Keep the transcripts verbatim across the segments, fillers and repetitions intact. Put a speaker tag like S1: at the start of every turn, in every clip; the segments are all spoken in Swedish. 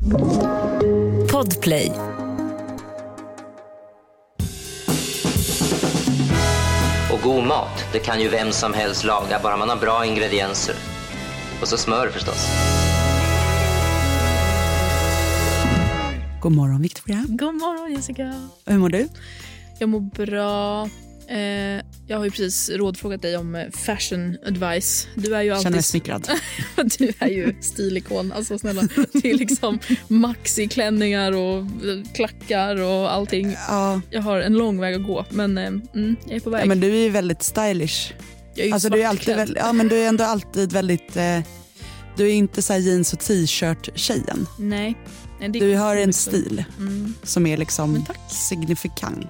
S1: Podplay.
S2: Och god mat, det kan ju vem som helst laga, bara man har bra ingredienser. Och så smör förstås.
S3: God morgon Victoria.
S4: God morgon Jessica.
S3: Hur mår du?
S4: Jag mår bra. Eh, jag har ju precis rådfrågat dig om fashion advice. Du är ju alltid...
S3: Känner mig smickrad.
S4: Du är ju stilikon. Alltså snälla, det är liksom maxi-klänningar och klackar och allting.
S3: Ja.
S4: Jag har en lång väg att gå, men eh, mm, jag är på väg.
S3: Ja, men du är ju väldigt stylish.
S4: Jag är ju
S3: alltså, du är alltid väldigt, ja, men du är ändå alltid väldigt... Eh, du är inte så här jeans och t-shirt-tjejen.
S4: Nej. Nej det
S3: du har en
S4: liksom
S3: stil mm. som är liksom signifikant.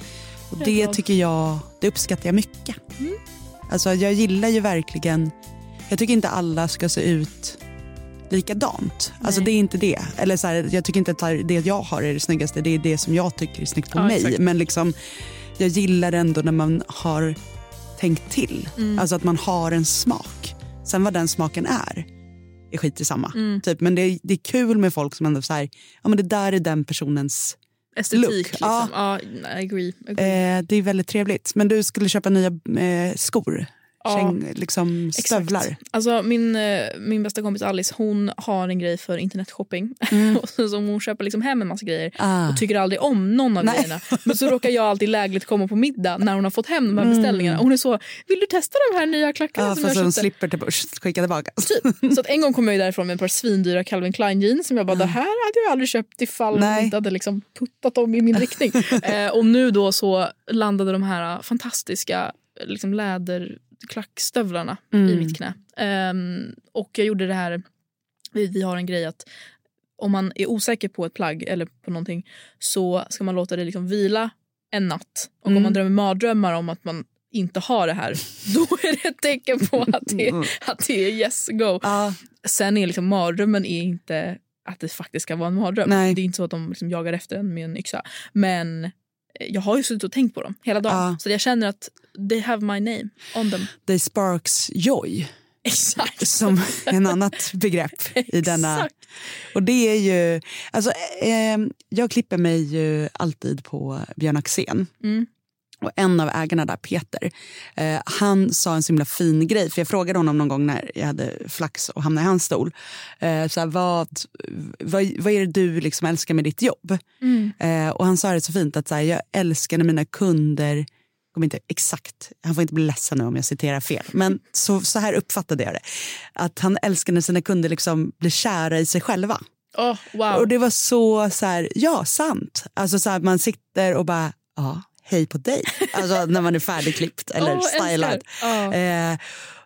S3: Och det tycker jag, det uppskattar jag mycket. Mm. Alltså jag gillar ju verkligen, jag tycker inte alla ska se ut likadant. Nej. Alltså det är inte det. Eller så här, jag tycker inte att det jag har är det snyggaste, det är det som jag tycker är snyggt på ja, mig. Exakt. Men liksom, jag gillar ändå när man har tänkt till. Mm. Alltså att man har en smak. Sen vad den smaken är, är skit i samma. Mm. Typ. Men det är, det är kul med folk som ändå så här, ja men det där är den personens
S4: estetik
S3: look.
S4: Liksom. Ja, ja I agree.
S3: agree. Eh, det är väldigt trevligt. Men du skulle köpa nya eh, skor. Ja, Käng, liksom stövlar.
S4: Exakt. Alltså min, min bästa kompis Alice, hon har en grej för internetshopping. Mm. Så hon köper liksom hem en massa grejer ah. och tycker aldrig om någon av Nej. grejerna. Men så råkar jag alltid lägligt komma på middag när hon har fått hem de här mm. beställningarna. Och hon är så, vill du testa de här nya klackarna
S3: ah,
S4: som jag
S3: köpte?
S4: Hon
S3: slipper till skicka tillbaka.
S4: Typ. Så att en gång kom jag ju därifrån med ett par svindyra Calvin Klein jeans som jag bara, mm. det här hade jag aldrig köpt ifall jag inte hade liksom puttat dem i min riktning. eh, och nu då så landade de här fantastiska liksom läder klackstövlarna mm. i mitt knä. Um, och jag gjorde det här, vi, vi har en grej att om man är osäker på ett plagg eller på någonting så ska man låta det liksom vila en natt. Och mm. om man drömmer mardrömmar om att man inte har det här, då är det ett tecken på att det, att det är yes, go. Uh. Sen är liksom mardrömmen är inte att det faktiskt ska vara en mardröm. Nej. Det är inte så att de liksom jagar efter en med en yxa. Men jag har ju suttit och tänkt på dem hela dagen. Uh. Så jag känner att they have my name on them.
S3: They sparks joy.
S4: Exakt.
S3: Som en annat begrepp i denna. Och det är ju, alltså eh, jag klipper mig ju alltid på Björn Axén. Mm. Och en av ägarna där, Peter, eh, han sa en så himla fin grej. För jag frågade honom någon gång när jag hade flax och hamnade i hans stol. Eh, så här, vad, vad, vad är det du liksom älskar med ditt jobb? Mm. Eh, och han sa det så fint att så här, jag älskar när mina kunder, kommer inte exakt, han får inte bli ledsen nu om jag citerar fel. Men så, så här uppfattade jag det. Att han älskar när sina kunder liksom blir kära i sig själva.
S4: Oh, wow. Och det
S3: var så, så här, ja, sant. Alltså så här, man sitter och bara, ja, hej på dig. Alltså när man är färdigklippt eller oh, stylad. Oh. Eh,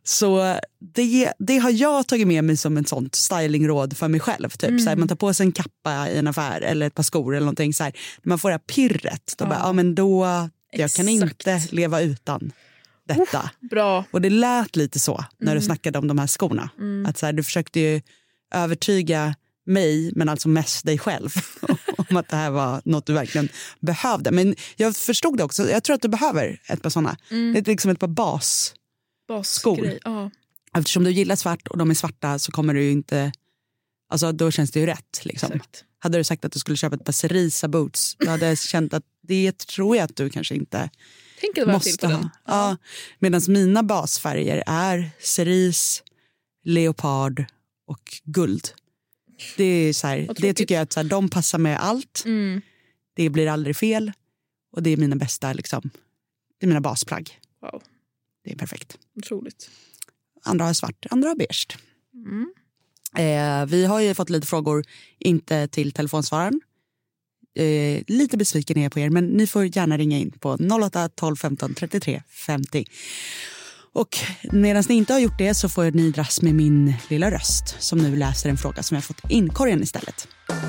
S3: så det, det har jag tagit med mig som ett sånt stylingråd för mig själv. Typ. Mm. Så här, man tar på sig en kappa i en affär eller ett par skor eller någonting. Så här, när man får det här pirret, då oh. bara, ja men då, jag kan inte leva utan detta.
S4: Oh, bra.
S3: Och det lät lite så när mm. du snackade om de här skorna. Mm. Att så här, du försökte ju övertyga mig, men alltså mest dig själv om att det här var något du verkligen behövde. Men jag förstod det också, jag tror att du behöver ett par sådana. Mm. Det är liksom ett par bas skor. Ja. Eftersom du gillar svart och de är svarta så kommer du ju inte, alltså då känns det ju rätt liksom. Exakt. Hade du sagt att du skulle köpa ett par Cerisa boots, då hade jag känt att det tror jag att du kanske inte
S4: Tänker måste till på ha. Den.
S3: Ja. Medan mina basfärger är cerise, leopard och guld. Det är så här, det tycker jag att så här, de passar med allt. Mm. Det blir aldrig fel. Och det är mina bästa liksom, det är mina basplagg.
S4: Wow.
S3: Det är perfekt.
S4: Otroligt.
S3: Andra har svart, andra har beige. Mm. Eh, vi har ju fått lite frågor, inte till telefonsvararen. Eh, lite besviken är jag på er, men ni får gärna ringa in på noll åtta tolv femton trettiotre femtio. Och medan ni inte har gjort det så får ni dras med min lilla röst som nu läser en fråga som jag fått inkorgen istället.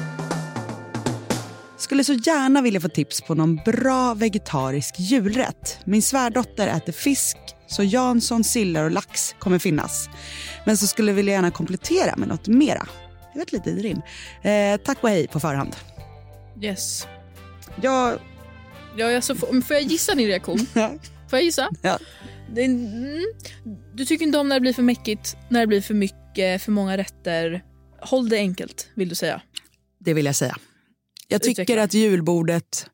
S3: Skulle så gärna vilja få tips på någon bra vegetarisk julrätt. Min svärdotter äter fisk, så Jansson, sillar och lax kommer finnas. Men så skulle jag vilja gärna komplettera med något mera. Jag vet lite i eh, Tack och hej på förhand.
S4: Yes.
S3: Jag...
S4: Ja, alltså, får, får jag gissa din reaktion?
S3: Ja.
S4: Får jag gissa?
S3: Ja.
S4: Det, mm, du tycker inte om när det blir för mäckigt, när det blir för mycket, för många rätter. Håll det enkelt, vill du säga?
S3: Det vill jag säga. Jag tycker
S4: Utveckla.
S3: att julbordet...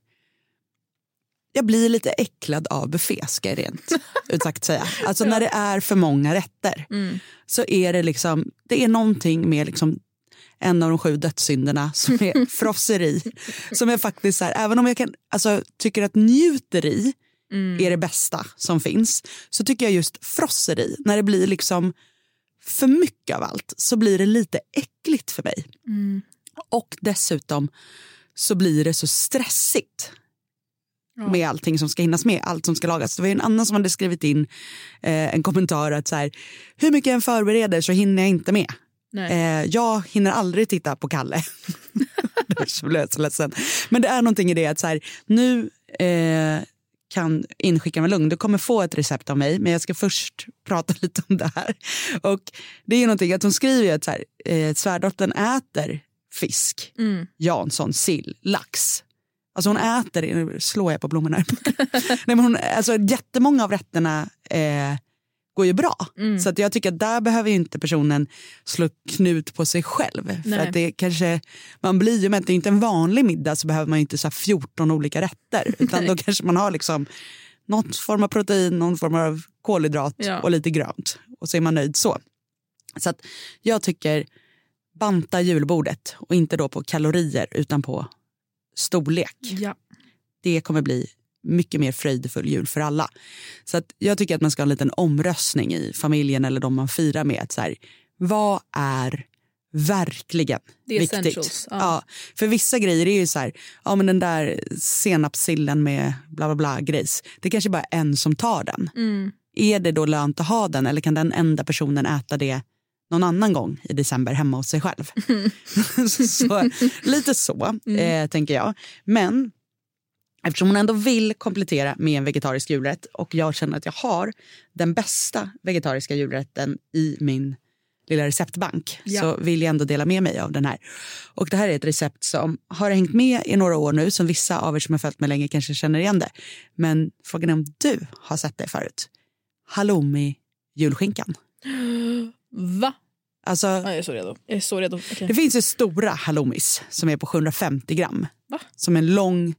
S3: Jag blir lite äcklad av buffé, ska jag rent ut sagt säga. Alltså när det är för många rätter
S4: Mm.
S3: så är det liksom... Det är någonting med liksom en av de sju dödssynderna som är frosseri. Som jag faktiskt så här, även om jag kan, alltså, tycker att njuteri mm. är det bästa som finns, så tycker jag just frosseri, när det blir liksom för mycket av allt, så blir det lite äckligt för mig.
S4: Mm.
S3: Och dessutom så blir det så stressigt ja. med allting som ska hinnas med, allt som ska lagas. Det var ju en annan som hade skrivit in eh, en kommentar att så här, hur mycket jag förbereder så hinner jag inte med. Eh, jag hinner aldrig titta på Kalle. Det är så ledsen. Men det är någonting i det att så här, nu eh, kan inskicka mig lugn. Du kommer få ett recept av mig, men jag ska först prata lite om det här. Och det är ju någonting att hon skriver att så här, eh, svärdottern äter fisk, mm. Jansson, sill, lax. Alltså hon äter, nu slår jag på blommorna här. Nej, men hon, alltså jättemånga av rätterna eh, går ju bra. Mm. Så att jag tycker att där behöver ju inte personen slå knut på sig själv. Nej. För att det kanske, man blir ju, men det är inte en vanlig middag så behöver man ju inte så här fjorton olika rätter. Utan då kanske man har liksom någon form av protein, någon form av kolhydrat ja. och lite grönt. Och så är man nöjd så. Så att jag tycker banta julbordet och inte då på kalorier utan på storlek.
S4: Ja.
S3: Det kommer bli mycket mer fröjdefull jul för alla. Så att jag tycker att man ska ha en liten omröstning i familjen eller de man firar med. Att så här, vad är verkligen
S4: det är
S3: viktigt?
S4: Ja.
S3: Ja, för vissa grejer är ju så här, ja men den där senapsillen med bla bla bla grejs. Det kanske bara är en som tar den. Mm. Är det då lönt att ha den eller kan den enda personen äta det någon annan gång i december hemma hos sig själv? Mm. så, lite så mm. eh, tänker jag. Men eftersom hon ändå vill komplettera med en vegetarisk julrätt och jag känner att jag har den bästa vegetariska julrätten i min lilla receptbank ja. så vill jag ändå dela med mig av den här. Och det här är ett recept som har hängt med i några år nu, som vissa av er som har följt mig länge kanske känner igen det. Men frågan är om du har sett det förut. Halloumi julskinkan.
S4: Va?
S3: Alltså,
S4: jag är så redo. Jag är så redo. Okay.
S3: Det finns ju stora halloumis som är på sjuhundrafemtio gram.
S4: Va?
S3: Som en lång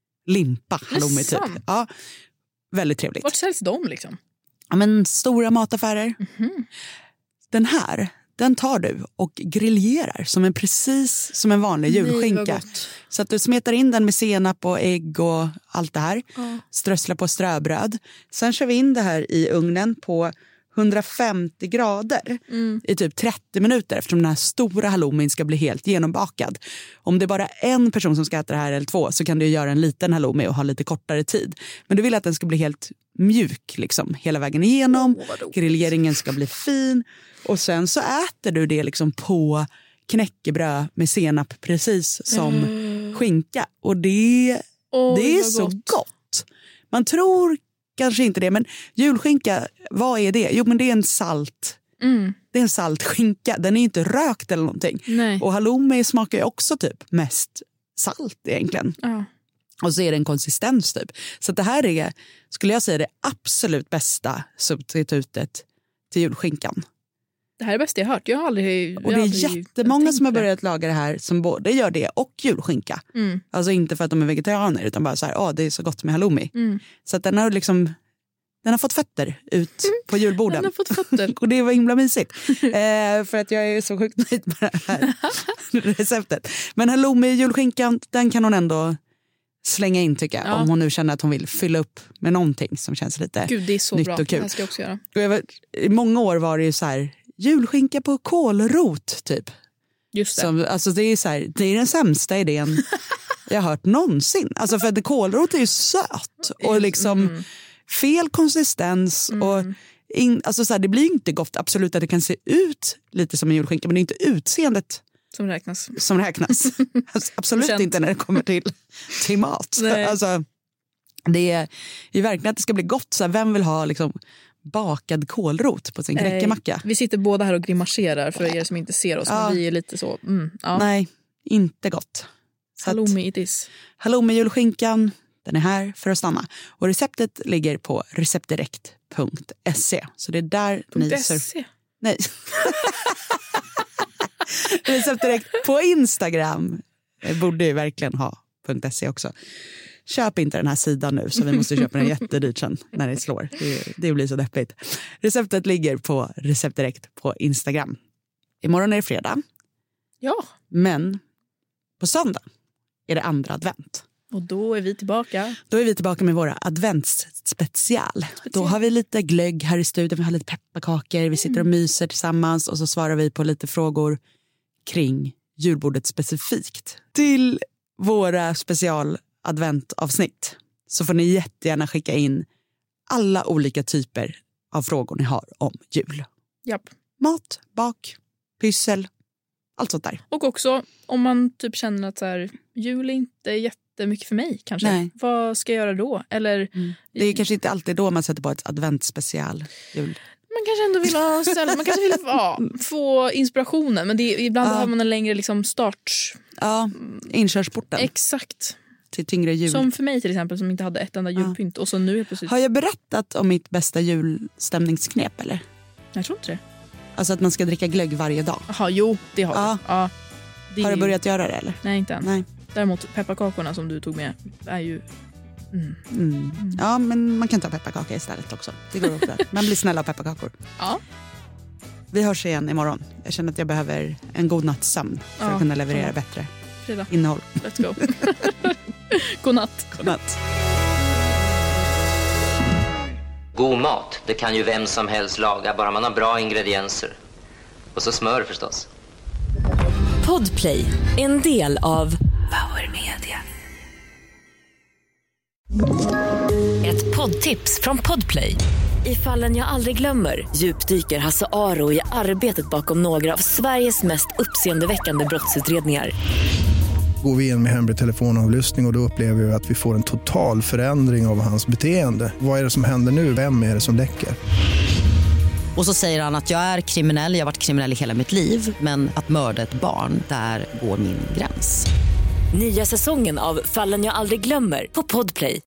S3: limpa halloumi typ. Ja, väldigt trevligt.
S4: Vart säljs de liksom?
S3: Ja, men stora mataffärer. Mm-hmm. Den här, den tar du och grillerar som en, precis som en vanlig julskinka. Så att du smetar in den med senap och ägg och allt det här. Mm. Strösslar på ströbröd. Sen kör vi in det här i ugnen på hundrafemtio grader mm. i typ trettio minuter eftersom den här stora halloumin ska bli helt genombakad. Om det är bara en person som ska äta det här eller två så kan du göra en liten halloumi och ha lite kortare tid. Men du vill att den ska bli helt mjuk liksom hela vägen igenom. Oh, grilleringen ska bli fin och sen så äter du det liksom på knäckebröd med senap precis som mm. skinka. Och det, oh, det är så gott. gott. Man tror kanske inte det, men julskinka, vad är det? Jo, men det är en salt. Mm. Det är en salt skinka. Den är inte rökt eller någonting.
S4: Nej.
S3: Och halloumi smakar ju också typ mest salt egentligen.
S4: Ja.
S3: Och så är det en konsistens typ. Så det här är, skulle jag säga, det absolut bästa substitutet till julskinkan.
S4: Det här är det bästa jag har hört. Jag har aldrig...
S3: Och det är
S4: aldrig,
S3: jättemånga som har börjat laga det här som både gör det och julskinka. Mm. Alltså inte för att de är vegetarianer utan bara så här, åh, det är så gott med halloumi. Mm. Så att den har liksom, den har fått fötter ut mm. på julborden.
S4: Den har fått fötter.
S3: Och det var himla mysigt. eh, för att jag är så sjukt nöjd med det här receptet. Men halloumi, julskinkan, den kan hon ändå slänga in tycker jag. Ja. Om hon nu känner att hon vill fylla upp med någonting som känns lite
S4: Gud, det är så
S3: nytt
S4: bra.
S3: och kul.
S4: Det ska jag också göra.
S3: Och jag var, i många år var det ju så här, julskinka på kålrot typ.
S4: Just det.
S3: Som, alltså det är så här, det är den sämsta idén jag har hört någonsin. Alltså för att kålrot är ju söt och liksom mm. fel konsistens mm. och in, alltså så här, det blir ju inte gott. Absolut att det kan se ut lite som en julskinka, men det är inte utseendet
S4: som räknas.
S3: Som räknas. Alltså, absolut inte när det kommer till, till mat. Alltså, det är ju verkligen att det ska bli gott. Så här, vem vill ha liksom bakad kålrot på sin knäckemacka?
S4: Vi sitter båda här och grimaserar för er som inte ser oss. Ja. Men vi är lite så... Mm, ja.
S3: Nej, inte gott.
S4: Halloumi it is.
S3: Halloumi julskinkan, den är här för att stanna. Och receptet ligger på receptdirekt punkt se. Så det är där ni...
S4: .se?
S3: Nej. Receptdirekt på Instagram Det borde ju verkligen ha .se också. Köp inte den här sidan nu så vi måste köpa den jättedyrt sen när det slår. Det, det blir så deppigt. Receptet ligger på Recept Direkt på Instagram. Imorgon är det fredag.
S4: Ja.
S3: Men på söndag är det andra advent.
S4: Och då är vi tillbaka.
S3: Då är vi tillbaka med våra adventsspecial. Då har vi lite glögg här i studion, vi har lite pepparkakor, vi sitter och myser tillsammans och så svarar vi på lite frågor kring julbordet specifikt. Till våra special adventavsnitt så får ni jättegärna skicka in alla olika typer av frågor ni har om jul.
S4: Japp.
S3: Mat, bak, pyssel, allt sånt där.
S4: Och också om man typ känner att så här, jul är inte jättemycket för mig kanske.
S3: Nej.
S4: Vad ska jag göra då? Eller,
S3: mm. Det är kanske inte alltid då man sätter på ett adventsspecial jul.
S4: Man kanske ändå vill ha ställa, man kanske vill ja, få inspirationen. Men det, ibland
S3: ja.
S4: har man en längre liksom, start.
S3: Ja, inkörsporten.
S4: Exakt.
S3: Till tyngre jul.
S4: Som för mig till exempel som inte hade ett enda julpynt. Ja. Och så nu plötsligt...
S3: Har jag berättat om mitt bästa julstämningsknep eller?
S4: Jag tror inte det.
S3: Alltså att man ska dricka glögg varje dag.
S4: Jaha, jo, det har
S3: ja.
S4: du. Ja, det
S3: har du
S4: ju...
S3: börjat göra det eller?
S4: Nej, inte än.
S3: Nej.
S4: Däremot pepparkakorna som du tog med är ju... Mm.
S3: Mm. Mm. Ja, men man kan ta pepparkaka istället också. Det går också. Man blir snäll av pepparkakor.
S4: Ja.
S3: Vi hörs igen imorgon. Jag känner att jag behöver en god natts sömn för ja. att kunna leverera ja. bättre
S4: Fredag.
S3: innehåll.
S4: Let's go. God natt.
S3: God natt.
S2: God mat, det kan ju vem som helst laga, bara man har bra ingredienser. Och så smör förstås.
S1: Podplay, en del av Power Media. Ett poddtips från Podplay. I Fallen jag aldrig glömmer djupdyker Hasse Aro i arbetet bakom några av Sveriges mest uppseendeväckande brottsutredningar.
S5: Går vi in med hemlig telefonavlyssning och, och då upplever vi att vi får en total förändring av hans beteende. Vad är det som händer nu? Vem är det som läcker?
S6: Och så säger han att jag är kriminell, jag har varit kriminell i hela mitt liv. Men att mörda ett barn, där går min gräns.
S1: Nya säsongen av Fallen jag aldrig glömmer på Podplay.